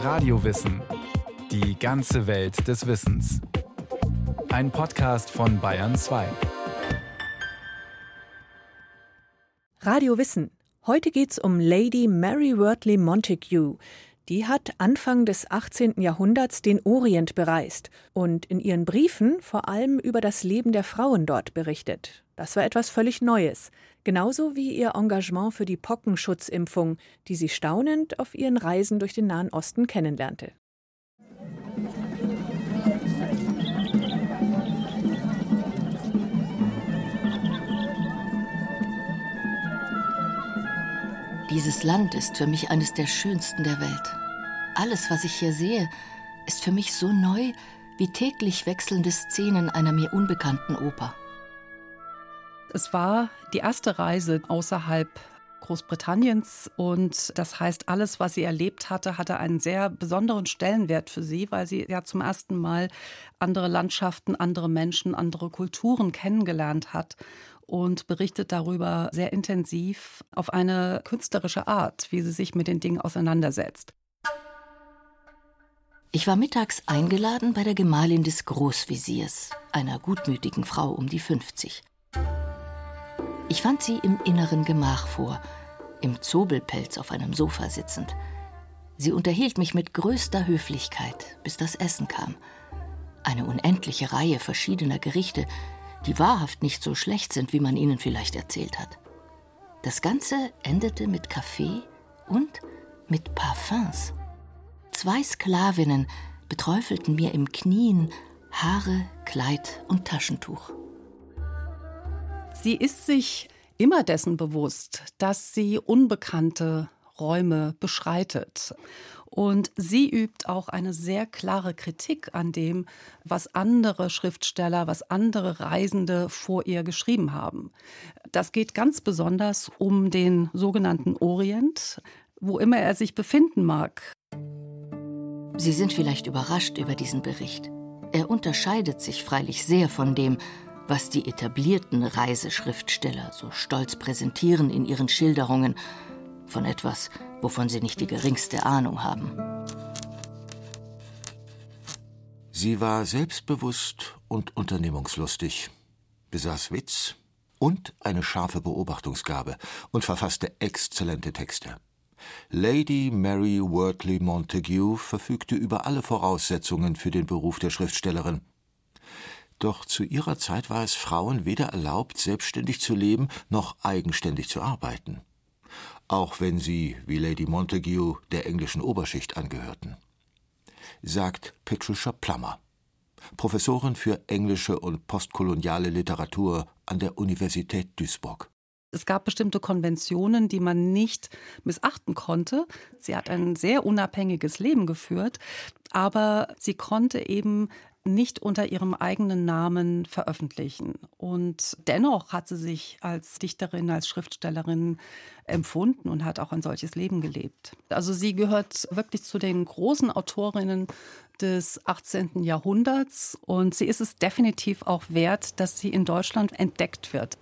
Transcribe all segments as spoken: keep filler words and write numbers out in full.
Radiowissen. Die ganze Welt des Wissens. Ein Podcast von Bayern zwei. Radio Wissen. Heute geht's um Lady Mary Wortley Montagu. Die hat Anfang des achtzehnten Jahrhunderts den Orient bereist und in ihren Briefen vor allem über das Leben der Frauen dort berichtet. Das war etwas völlig Neues. Genauso wie ihr Engagement für die Pockenschutzimpfung, die sie staunend auf ihren Reisen durch den Nahen Osten kennenlernte. Dieses Land ist für mich eines der schönsten der Welt. Alles, was ich hier sehe, ist für mich so neu wie täglich wechselnde Szenen einer mir unbekannten Oper. Es war die erste Reise außerhalb Großbritanniens und das heißt, alles, was sie erlebt hatte, hatte einen sehr besonderen Stellenwert für sie, weil sie ja zum ersten Mal andere Landschaften, andere Menschen, andere Kulturen kennengelernt hat und berichtet darüber sehr intensiv auf eine künstlerische Art, wie sie sich mit den Dingen auseinandersetzt. Ich war mittags eingeladen bei der Gemahlin des Großwesirs, einer gutmütigen Frau um die fünfzig. Ich fand sie im inneren Gemach vor, im Zobelpelz auf einem Sofa sitzend. Sie unterhielt mich mit größter Höflichkeit, bis das Essen kam. Eine unendliche Reihe verschiedener Gerichte, die wahrhaft nicht so schlecht sind, wie man ihnen vielleicht erzählt hat. Das Ganze endete mit Kaffee und mit Parfums. Zwei Sklavinnen beträufelten mir im Knien Haare, Kleid und Taschentuch. Sie ist sich immer dessen bewusst, dass sie unbekannte Räume beschreitet. Und sie übt auch eine sehr klare Kritik an dem, was andere Schriftsteller, was andere Reisende vor ihr geschrieben haben. Das geht ganz besonders um den sogenannten Orient, wo immer er sich befinden mag. Sie sind vielleicht überrascht über diesen Bericht. Er unterscheidet sich freilich sehr von dem, was die etablierten Reiseschriftsteller so stolz präsentieren in ihren Schilderungen, von etwas, wovon sie nicht die geringste Ahnung haben. Sie war selbstbewusst und unternehmungslustig, besaß Witz und eine scharfe Beobachtungsgabe und verfasste exzellente Texte. Lady Mary Wortley Montagu verfügte über alle Voraussetzungen für den Beruf der Schriftstellerin. Doch zu ihrer Zeit war es Frauen weder erlaubt, selbstständig zu leben, noch eigenständig zu arbeiten. Auch wenn sie, wie Lady Montagu, der englischen Oberschicht angehörten. Sagt Patricia Plummer, Professorin für englische und postkoloniale Literatur an der Universität Duisburg. Es gab bestimmte Konventionen, die man nicht missachten konnte. Sie hat ein sehr unabhängiges Leben geführt, aber sie konnte eben nicht unter ihrem eigenen Namen veröffentlichen. Und dennoch hat sie sich als Dichterin, als Schriftstellerin empfunden und hat auch ein solches Leben gelebt. Also sie gehört wirklich zu den großen Autorinnen des achtzehnten Jahrhunderts und sie ist es definitiv auch wert, dass sie in Deutschland entdeckt wird.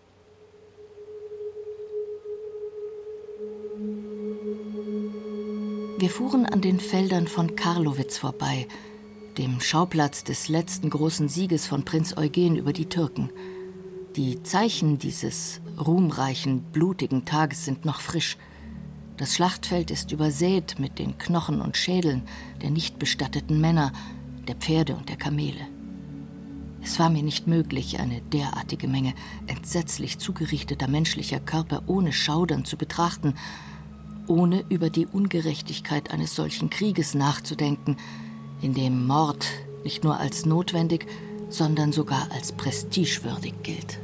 Wir fuhren an den Feldern von Karlowitz vorbei, dem Schauplatz des letzten großen Sieges von Prinz Eugen über die Türken. Die Zeichen dieses ruhmreichen, blutigen Tages sind noch frisch. Das Schlachtfeld ist übersät mit den Knochen und Schädeln der nicht bestatteten Männer, der Pferde und der Kamele. Es war mir nicht möglich, eine derartige Menge entsetzlich zugerichteter menschlicher Körper ohne Schaudern zu betrachten, ohne über die Ungerechtigkeit eines solchen Krieges nachzudenken, in dem Mord nicht nur als notwendig, sondern sogar als prestigewürdig gilt.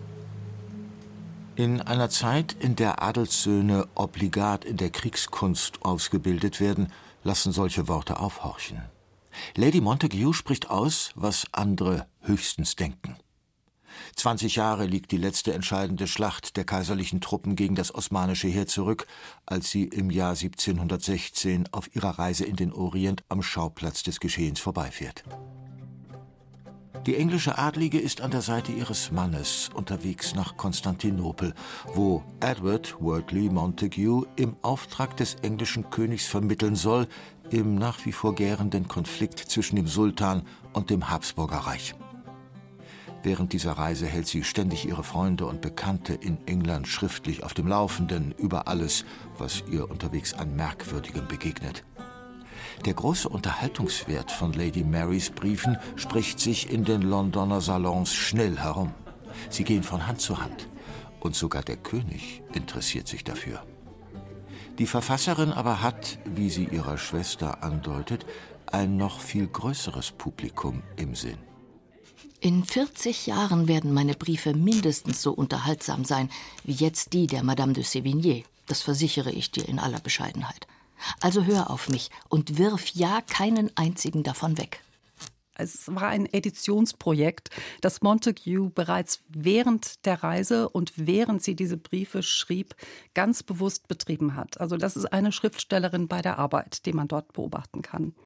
In einer Zeit, in der Adelssöhne obligat in der Kriegskunst ausgebildet werden, lassen solche Worte aufhorchen. Lady Montagu spricht aus, was andere höchstens denken. Zwanzig Jahre liegt die letzte entscheidende Schlacht der kaiserlichen Truppen gegen das osmanische Heer zurück, als sie im Jahr siebzehnhundertsechzehn auf ihrer Reise in den Orient am Schauplatz des Geschehens vorbeifährt. Die englische Adlige ist an der Seite ihres Mannes unterwegs nach Konstantinopel, wo Edward Wortley Montagu im Auftrag des englischen Königs vermitteln soll im nach wie vor gärenden Konflikt zwischen dem Sultan und dem Habsburger Reich. Während dieser Reise hält sie ständig ihre Freunde und Bekannte in England schriftlich auf dem Laufenden über alles, was ihr unterwegs an Merkwürdigem begegnet. Der große Unterhaltungswert von Lady Marys Briefen spricht sich in den Londoner Salons schnell herum. Sie gehen von Hand zu Hand und sogar der König interessiert sich dafür. Die Verfasserin aber hat, wie sie ihrer Schwester andeutet, ein noch viel größeres Publikum im Sinn. In vierzig Jahren werden meine Briefe mindestens so unterhaltsam sein wie jetzt die der Madame de Sévigné. Das versichere ich dir in aller Bescheidenheit. Also hör auf mich und wirf ja keinen einzigen davon weg. Es war ein Editionsprojekt, das Montagu bereits während der Reise und während sie diese Briefe schrieb, ganz bewusst betrieben hat. Also das ist eine Schriftstellerin bei der Arbeit, die man dort beobachten kann.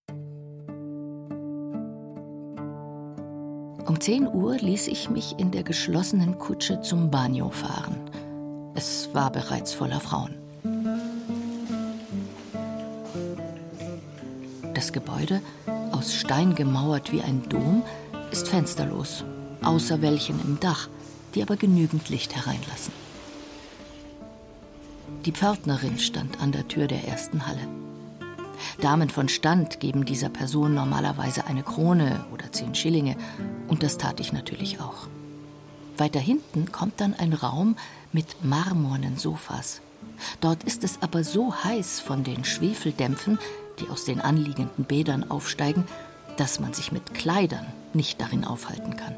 Um zehn Uhr ließ ich mich in der geschlossenen Kutsche zum Bagno fahren. Es war bereits voller Frauen. Das Gebäude, aus Stein gemauert wie ein Dom, ist fensterlos, außer welchen im Dach, die aber genügend Licht hereinlassen. Die Pförtnerin stand an der Tür der ersten Halle. Damen von Stand geben dieser Person normalerweise eine Krone oder zehn Schillinge, und das tat ich natürlich auch. Weiter hinten kommt dann ein Raum mit marmornen Sofas. Dort ist es aber so heiß von den Schwefeldämpfen, die aus den anliegenden Bädern aufsteigen, dass man sich mit Kleidern nicht darin aufhalten kann.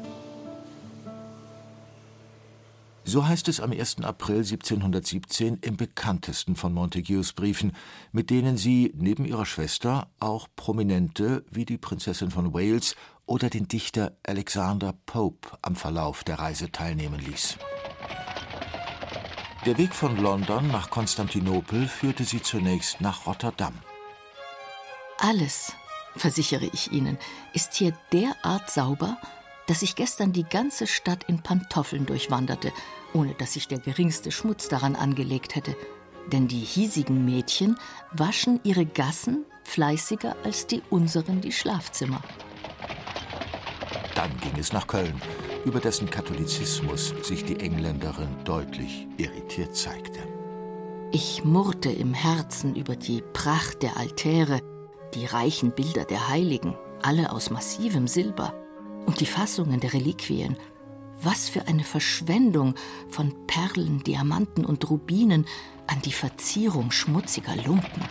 So heißt es am ersten April siebzehnhundertsiebzehn im bekanntesten von Montagus Briefen, mit denen sie neben ihrer Schwester auch Prominente wie die Prinzessin von Wales oder den Dichter Alexander Pope am Verlauf der Reise teilnehmen ließ. Der Weg von London nach Konstantinopel führte sie zunächst nach Rotterdam. Alles, versichere ich Ihnen, ist hier derart sauber, dass ich gestern die ganze Stadt in Pantoffeln durchwanderte, ohne dass sich der geringste Schmutz daran angelegt hätte. Denn die hiesigen Mädchen waschen ihre Gassen fleißiger als die unseren die Schlafzimmer. Dann ging es nach Köln, über dessen Katholizismus sich die Engländerin deutlich irritiert zeigte. Ich murrte im Herzen über die Pracht der Altäre, die reichen Bilder der Heiligen, alle aus massivem Silber, und die Fassungen der Reliquien. Was für eine Verschwendung von Perlen, Diamanten und Rubinen an die Verzierung schmutziger Lumpen.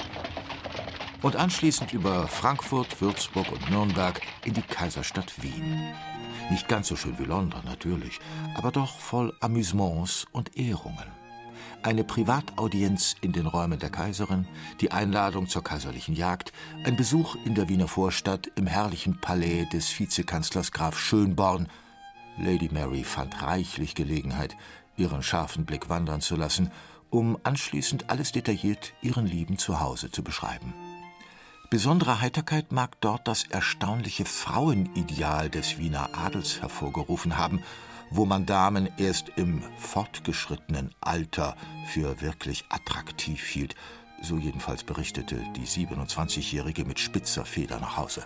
Und anschließend über Frankfurt, Würzburg und Nürnberg in die Kaiserstadt Wien. Nicht ganz so schön wie London natürlich, aber doch voll Amüsements und Ehrungen. Eine Privataudienz in den Räumen der Kaiserin, die Einladung zur kaiserlichen Jagd, ein Besuch in der Wiener Vorstadt im herrlichen Palais des Vizekanzlers Graf Schönborn. Lady Mary fand reichlich Gelegenheit, ihren scharfen Blick wandern zu lassen, um anschließend alles detailliert ihren Lieben zu Hause zu beschreiben. Besondere Heiterkeit mag dort das erstaunliche Frauenideal des Wiener Adels hervorgerufen haben, wo man Damen erst im fortgeschrittenen Alter für wirklich attraktiv hielt. So jedenfalls berichtete die siebenundzwanzigjährige mit spitzer Feder nach Hause.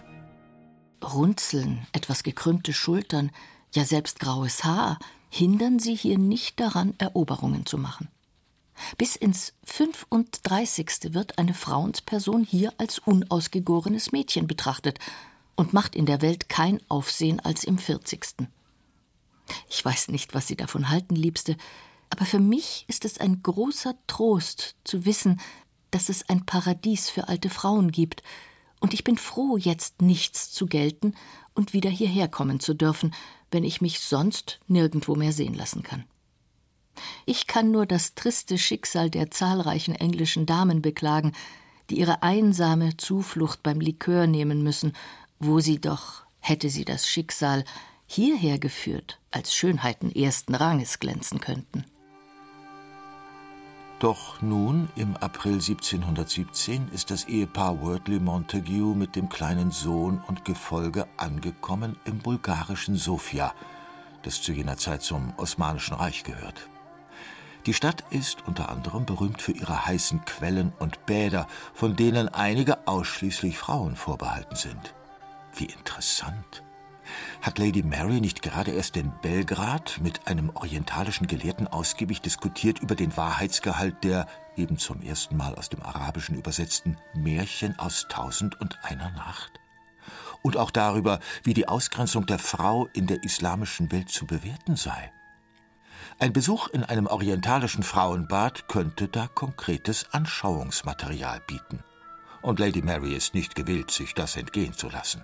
Runzeln, etwas gekrümmte Schultern, ja selbst graues Haar hindern sie hier nicht daran, Eroberungen zu machen. Bis ins fünfunddreißigste wird eine Frauensperson hier als unausgegorenes Mädchen betrachtet und macht in der Welt kein Aufsehen als im vierzigsten. Ich weiß nicht, was Sie davon halten, Liebste, aber für mich ist es ein großer Trost zu wissen, dass es ein Paradies für alte Frauen gibt, und ich bin froh, jetzt nichts zu gelten und wieder hierher kommen zu dürfen, wenn ich mich sonst nirgendwo mehr sehen lassen kann. Ich kann nur das triste Schicksal der zahlreichen englischen Damen beklagen, die ihre einsame Zuflucht beim Likör nehmen müssen, wo sie doch, hätte sie das Schicksal hierher geführt, als Schönheiten ersten Ranges glänzen könnten. Doch nun, im April siebzehnhundertsiebzehn, ist das Ehepaar Wortley Montagu mit dem kleinen Sohn und Gefolge angekommen im bulgarischen Sofia, das zu jener Zeit zum Osmanischen Reich gehört. Die Stadt ist unter anderem berühmt für ihre heißen Quellen und Bäder, von denen einige ausschließlich Frauen vorbehalten sind. Wie interessant! Hat Lady Mary nicht gerade erst in Belgrad mit einem orientalischen Gelehrten ausgiebig diskutiert über den Wahrheitsgehalt der, eben zum ersten Mal aus dem Arabischen übersetzten, Märchen aus Tausend und einer Nacht? Und auch darüber, wie die Ausgrenzung der Frau in der islamischen Welt zu bewerten sei? Ein Besuch in einem orientalischen Frauenbad könnte da konkretes Anschauungsmaterial bieten. Und Lady Mary ist nicht gewillt, sich das entgehen zu lassen.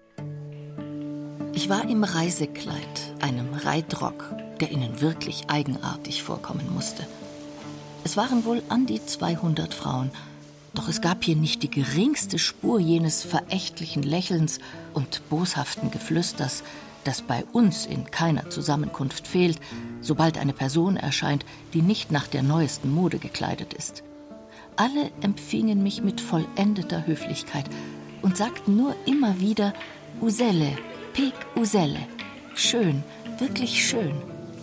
Ich war im Reisekleid, einem Reitrock, der ihnen wirklich eigenartig vorkommen musste. Es waren wohl an die zweihundert Frauen, doch es gab hier nicht die geringste Spur jenes verächtlichen Lächelns und boshaften Geflüsters, das bei uns in keiner Zusammenkunft fehlt, sobald eine Person erscheint, die nicht nach der neuesten Mode gekleidet ist. Alle empfingen mich mit vollendeter Höflichkeit und sagten nur immer wieder Uselle, Pek Uselle. Schön, wirklich schön.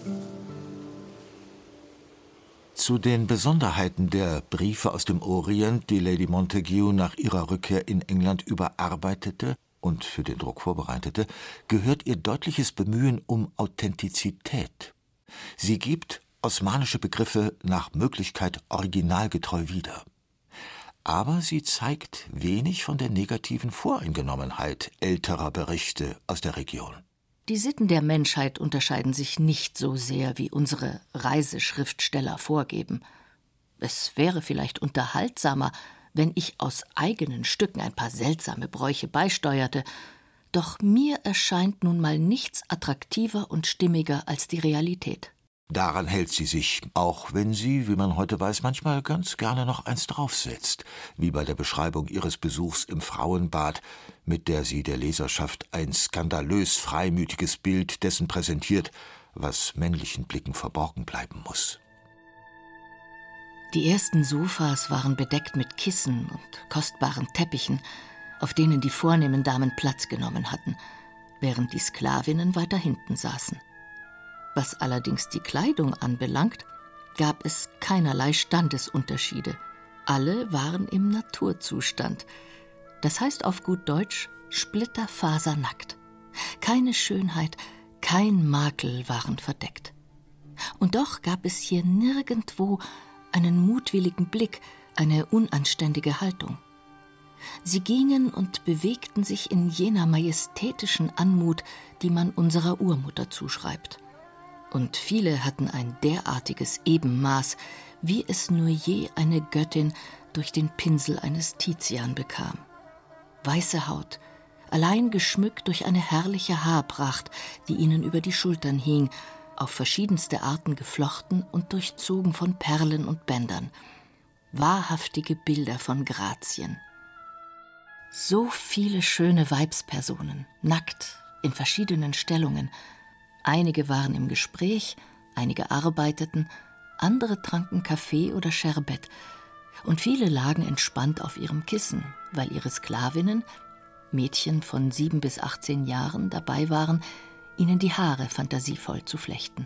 Zu den Besonderheiten der Briefe aus dem Orient, die Lady Montagu nach ihrer Rückkehr in England überarbeitete und für den Druck vorbereitete, gehört ihr deutliches Bemühen um Authentizität. Sie gibt osmanische Begriffe nach Möglichkeit originalgetreu wieder. Aber sie zeigt wenig von der negativen Voreingenommenheit älterer Berichte aus der Region. Die Sitten der Menschheit unterscheiden sich nicht so sehr, wie unsere Reiseschriftsteller vorgeben. Es wäre vielleicht unterhaltsamer, wenn ich aus eigenen Stücken ein paar seltsame Bräuche beisteuerte, doch mir erscheint nun mal nichts attraktiver und stimmiger als die Realität. Daran hält sie sich, auch wenn sie, wie man heute weiß, manchmal ganz gerne noch eins draufsetzt, wie bei der Beschreibung ihres Besuchs im Frauenbad, mit der sie der Leserschaft ein skandalös freimütiges Bild dessen präsentiert, was männlichen Blicken verborgen bleiben muss. Die ersten Sofas waren bedeckt mit Kissen und kostbaren Teppichen, auf denen die vornehmen Damen Platz genommen hatten, während die Sklavinnen weiter hinten saßen. Was allerdings die Kleidung anbelangt, gab es keinerlei Standesunterschiede. Alle waren im Naturzustand. Das heißt auf gut Deutsch splitterfasernackt. Keine Schönheit, kein Makel waren verdeckt. Und doch gab es hier nirgendwo einen mutwilligen Blick, eine unanständige Haltung. Sie gingen und bewegten sich in jener majestätischen Anmut, die man unserer Urmutter zuschreibt. Und viele hatten ein derartiges Ebenmaß, wie es nur je eine Göttin durch den Pinsel eines Tizian bekam. Weiße Haut, allein geschmückt durch eine herrliche Haarpracht, die ihnen über die Schultern hing, auf verschiedenste Arten geflochten und durchzogen von Perlen und Bändern. Wahrhaftige Bilder von Grazien. So viele schöne Weibspersonen, nackt, in verschiedenen Stellungen. Einige waren im Gespräch, einige arbeiteten, andere tranken Kaffee oder Scherbet und viele lagen entspannt auf ihrem Kissen, weil ihre Sklavinnen, Mädchen von sieben bis achtzehn Jahren, dabei waren, ihnen die Haare fantasievoll zu flechten.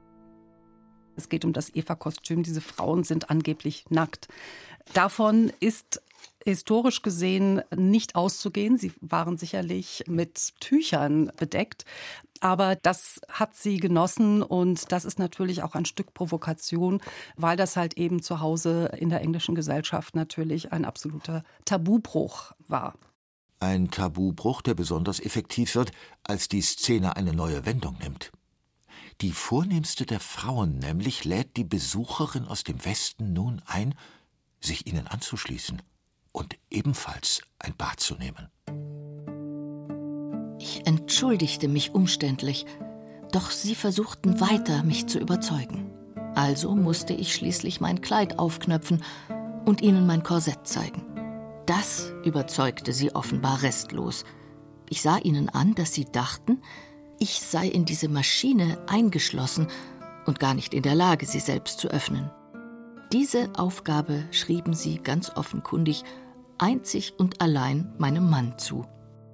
Es geht um das Eva-Kostüm. Diese Frauen sind angeblich nackt. Davon ist historisch gesehen nicht auszugehen. Sie waren sicherlich mit Tüchern bedeckt. Aber das hat sie genossen und das ist natürlich auch ein Stück Provokation, weil das halt eben zu Hause in der englischen Gesellschaft natürlich ein absoluter Tabubruch war. Ein Tabubruch, der besonders effektiv wird, als die Szene eine neue Wendung nimmt. Die vornehmste der Frauen nämlich lädt die Besucherin aus dem Westen nun ein, sich ihnen anzuschließen und ebenfalls ein Bad zu nehmen. Ich entschuldigte mich umständlich, doch sie versuchten weiter, mich zu überzeugen. Also musste ich schließlich mein Kleid aufknöpfen und ihnen mein Korsett zeigen. Das überzeugte sie offenbar restlos. Ich sah ihnen an, dass sie dachten, ich sei in diese Maschine eingeschlossen und gar nicht in der Lage, sie selbst zu öffnen. Diese Aufgabe schrieben sie ganz offenkundig einzig und allein meinem Mann zu.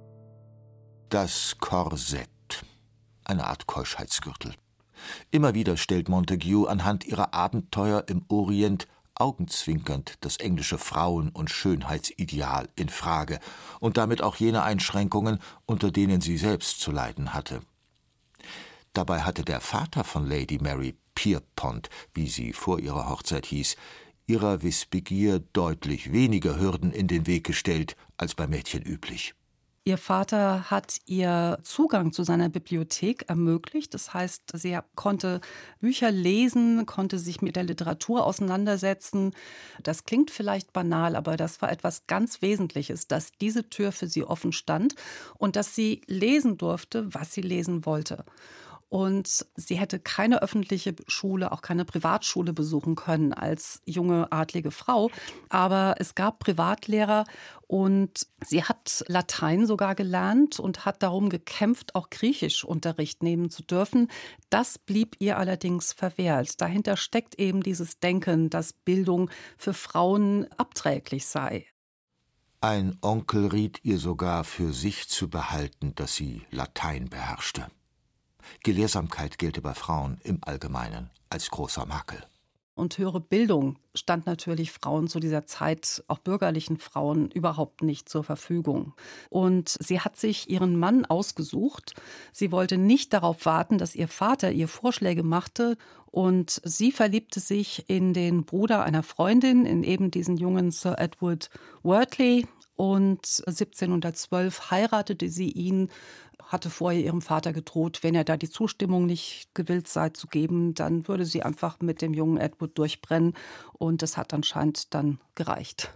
Das Korsett, eine Art Keuschheitsgürtel. Immer wieder stellt Montague anhand ihrer Abenteuer im Orient augenzwinkernd das englische Frauen- und Schönheitsideal in Frage und damit auch jene Einschränkungen, unter denen sie selbst zu leiden hatte. Dabei hatte der Vater von Lady Mary, Pierpont, wie sie vor ihrer Hochzeit hieß, ihrer Wissbegier deutlich weniger Hürden in den Weg gestellt als bei Mädchen üblich. Ihr Vater hat ihr Zugang zu seiner Bibliothek ermöglicht. Das heißt, sie konnte Bücher lesen, konnte sich mit der Literatur auseinandersetzen. Das klingt vielleicht banal, aber das war etwas ganz Wesentliches, dass diese Tür für sie offen stand und dass sie lesen durfte, was sie lesen wollte. Und sie hätte keine öffentliche Schule, auch keine Privatschule besuchen können als junge adlige Frau. Aber es gab Privatlehrer und sie hat Latein sogar gelernt und hat darum gekämpft, auch Griechischunterricht nehmen zu dürfen. Das blieb ihr allerdings verwehrt. Dahinter steckt eben dieses Denken, dass Bildung für Frauen abträglich sei. Ein Onkel riet ihr sogar, für sich zu behalten, dass sie Latein beherrschte. Gelehrsamkeit gelte bei Frauen im Allgemeinen als großer Makel. Und höhere Bildung stand natürlich Frauen zu dieser Zeit, auch bürgerlichen Frauen, überhaupt nicht zur Verfügung. Und sie hat sich ihren Mann ausgesucht. Sie wollte nicht darauf warten, dass ihr Vater ihr Vorschläge machte. Und sie verliebte sich in den Bruder einer Freundin, in eben diesen jungen Sir Edward Wortley. Und siebzehnhundertzwölf heiratete sie ihn, hatte vorher ihrem Vater gedroht, wenn er da die Zustimmung nicht gewillt sei zu geben, dann würde sie einfach mit dem jungen Edward durchbrennen. Und das hat anscheinend dann gereicht.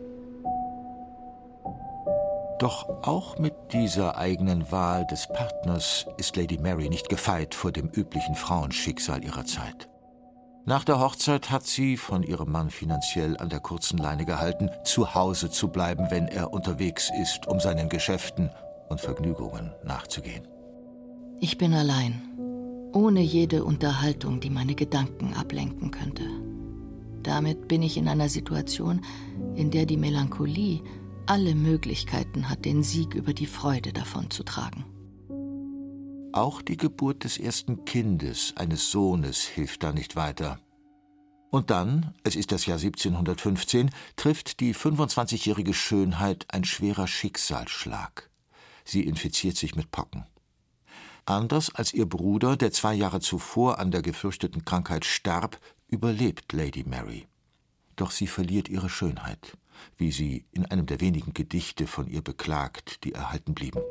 Doch auch mit dieser eigenen Wahl des Partners ist Lady Mary nicht gefeit vor dem üblichen Frauenschicksal ihrer Zeit. Nach der Hochzeit hat sie, von ihrem Mann finanziell an der kurzen Leine gehalten, zu Hause zu bleiben, wenn er unterwegs ist, um seinen Geschäften und Vergnügungen nachzugehen. Ich bin allein, ohne jede Unterhaltung, die meine Gedanken ablenken könnte. Damit bin ich in einer Situation, in der die Melancholie alle Möglichkeiten hat, den Sieg über die Freude davonzutragen. Auch die Geburt des ersten Kindes, eines Sohnes, hilft da nicht weiter. Und dann, es ist das Jahr siebzehnhundertfünfzehn, trifft die fünfundzwanzigjährige Schönheit ein schwerer Schicksalsschlag. Sie infiziert sich mit Pocken. Anders als ihr Bruder, der zwei Jahre zuvor an der gefürchteten Krankheit starb, überlebt Lady Mary. Doch sie verliert ihre Schönheit, wie sie in einem der wenigen Gedichte von ihr beklagt, die erhalten blieben.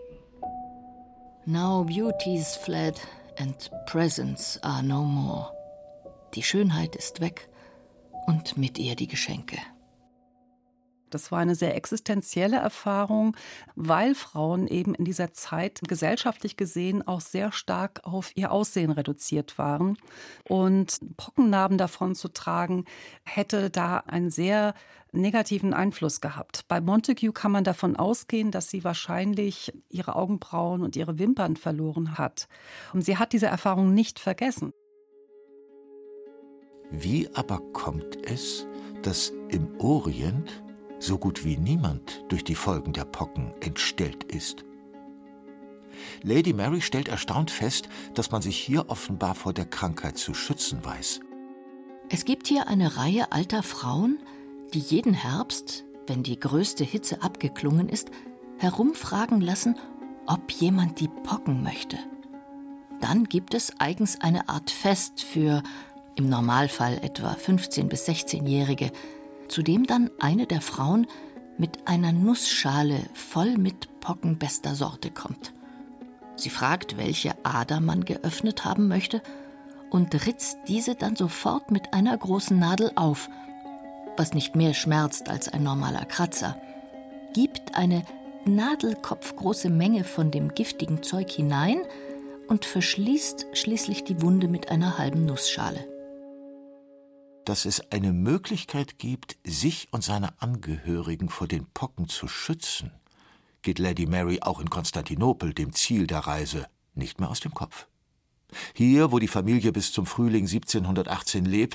Now beauty's fled and presents are no more. Die Schönheit ist weg und mit ihr die Geschenke. Das war eine sehr existenzielle Erfahrung, weil Frauen eben in dieser Zeit gesellschaftlich gesehen auch sehr stark auf ihr Aussehen reduziert waren. Und Pockennarben davon zu tragen, hätte da einen sehr negativen Einfluss gehabt. Bei Montague kann man davon ausgehen, dass sie wahrscheinlich ihre Augenbrauen und ihre Wimpern verloren hat. Und sie hat diese Erfahrung nicht vergessen. Wie aber kommt es, dass im Orient so gut wie niemand durch die Folgen der Pocken entstellt ist? Lady Mary stellt erstaunt fest, dass man sich hier offenbar vor der Krankheit zu schützen weiß. Es gibt hier eine Reihe alter Frauen, die jeden Herbst, wenn die größte Hitze abgeklungen ist, herumfragen lassen, ob jemand die Pocken möchte. Dann gibt es eigens eine Art Fest für, im Normalfall etwa fünfzehn- bis sechzehnjährige, zu dem dann eine der Frauen mit einer Nussschale voll mit Pocken bester Sorte kommt. Sie fragt, welche Ader man geöffnet haben möchte und ritzt diese dann sofort mit einer großen Nadel auf, was nicht mehr schmerzt als ein normaler Kratzer, gibt eine nadelkopfgroße Menge von dem giftigen Zeug hinein und verschließt schließlich die Wunde mit einer halben Nussschale. Dass es eine Möglichkeit gibt, sich und seine Angehörigen vor den Pocken zu schützen, geht Lady Mary auch in Konstantinopel, dem Ziel der Reise, nicht mehr aus dem Kopf. Hier, wo die Familie bis zum Frühling siebzehnhundertachtzehn lebt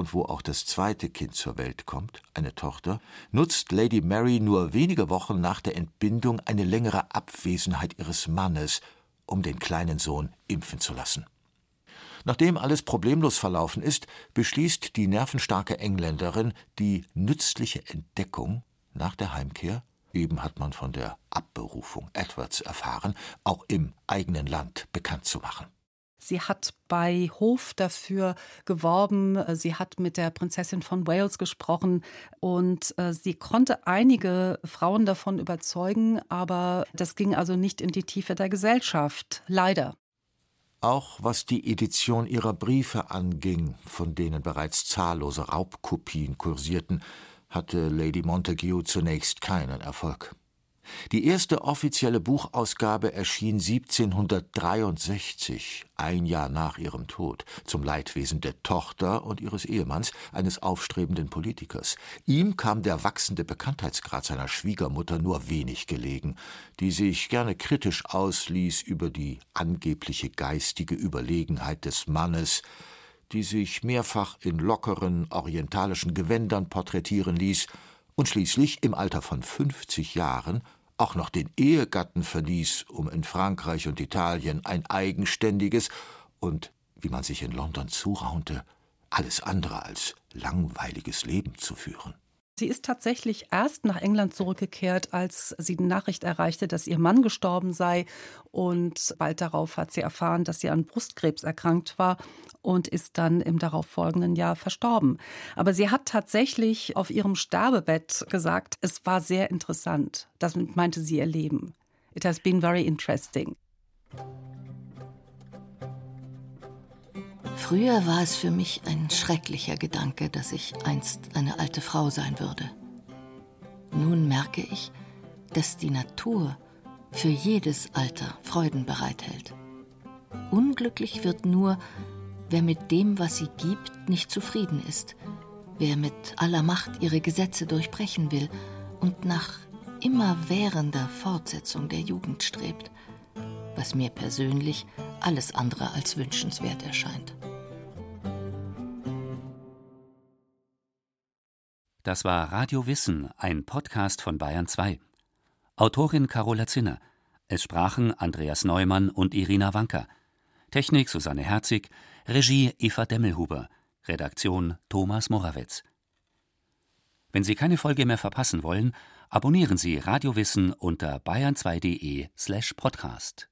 und wo auch das zweite Kind zur Welt kommt, eine Tochter, nutzt Lady Mary nur wenige Wochen nach der Entbindung eine längere Abwesenheit ihres Mannes, um den kleinen Sohn impfen zu lassen. Nachdem alles problemlos verlaufen ist, beschließt die nervenstarke Engländerin, die nützliche Entdeckung nach der Heimkehr, eben hat man von der Abberufung Edwards erfahren, auch im eigenen Land bekannt zu machen. Sie hat bei Hof dafür geworben, sie hat mit der Prinzessin von Wales gesprochen und sie konnte einige Frauen davon überzeugen, aber das ging also nicht in die Tiefe der Gesellschaft, leider. Auch was die Edition ihrer Briefe anging, von denen bereits zahllose Raubkopien kursierten, hatte Lady Montagu zunächst keinen Erfolg. Die erste offizielle Buchausgabe erschien siebzehnhundertdreiundsechzig, ein Jahr nach ihrem Tod, zum Leidwesen der Tochter und ihres Ehemanns, eines aufstrebenden Politikers. Ihm kam der wachsende Bekanntheitsgrad seiner Schwiegermutter nur wenig gelegen, die sich gerne kritisch ausließ über die angebliche geistige Überlegenheit des Mannes, die sich mehrfach in lockeren, orientalischen Gewändern porträtieren ließ und schließlich im Alter von fünfzig Jahren auch noch den Ehegatten verließ, um in Frankreich und Italien ein eigenständiges und, wie man sich in London zuraunte, alles andere als langweiliges Leben zu führen. Sie ist tatsächlich erst nach England zurückgekehrt, als sie die Nachricht erreichte, dass ihr Mann gestorben sei. Und bald darauf hat sie erfahren, dass sie an Brustkrebs erkrankt war und ist dann im darauffolgenden Jahr verstorben. Aber sie hat tatsächlich auf ihrem Sterbebett gesagt, es war sehr interessant. Das meinte sie ihr Leben. It has been very interesting. Früher war es für mich ein schrecklicher Gedanke, dass ich einst eine alte Frau sein würde. Nun merke ich, dass die Natur für jedes Alter Freuden bereithält. Unglücklich wird nur, wer mit dem, was sie gibt, nicht zufrieden ist, wer mit aller Macht ihre Gesetze durchbrechen will und nach immerwährender Fortsetzung der Jugend strebt, was mir persönlich alles andere als wünschenswert erscheint. Das war Radio Wissen, ein Podcast von Bayern zwei. Autorin Carola Zinner. Es sprachen Andreas Neumann und Irina Wanka. Technik Susanne Herzig. Regie Eva Demmelhuber. Redaktion Thomas Morawetz. Wenn Sie keine Folge mehr verpassen wollen, abonnieren Sie Radio Wissen unter bayern zwei punkt de slash podcast.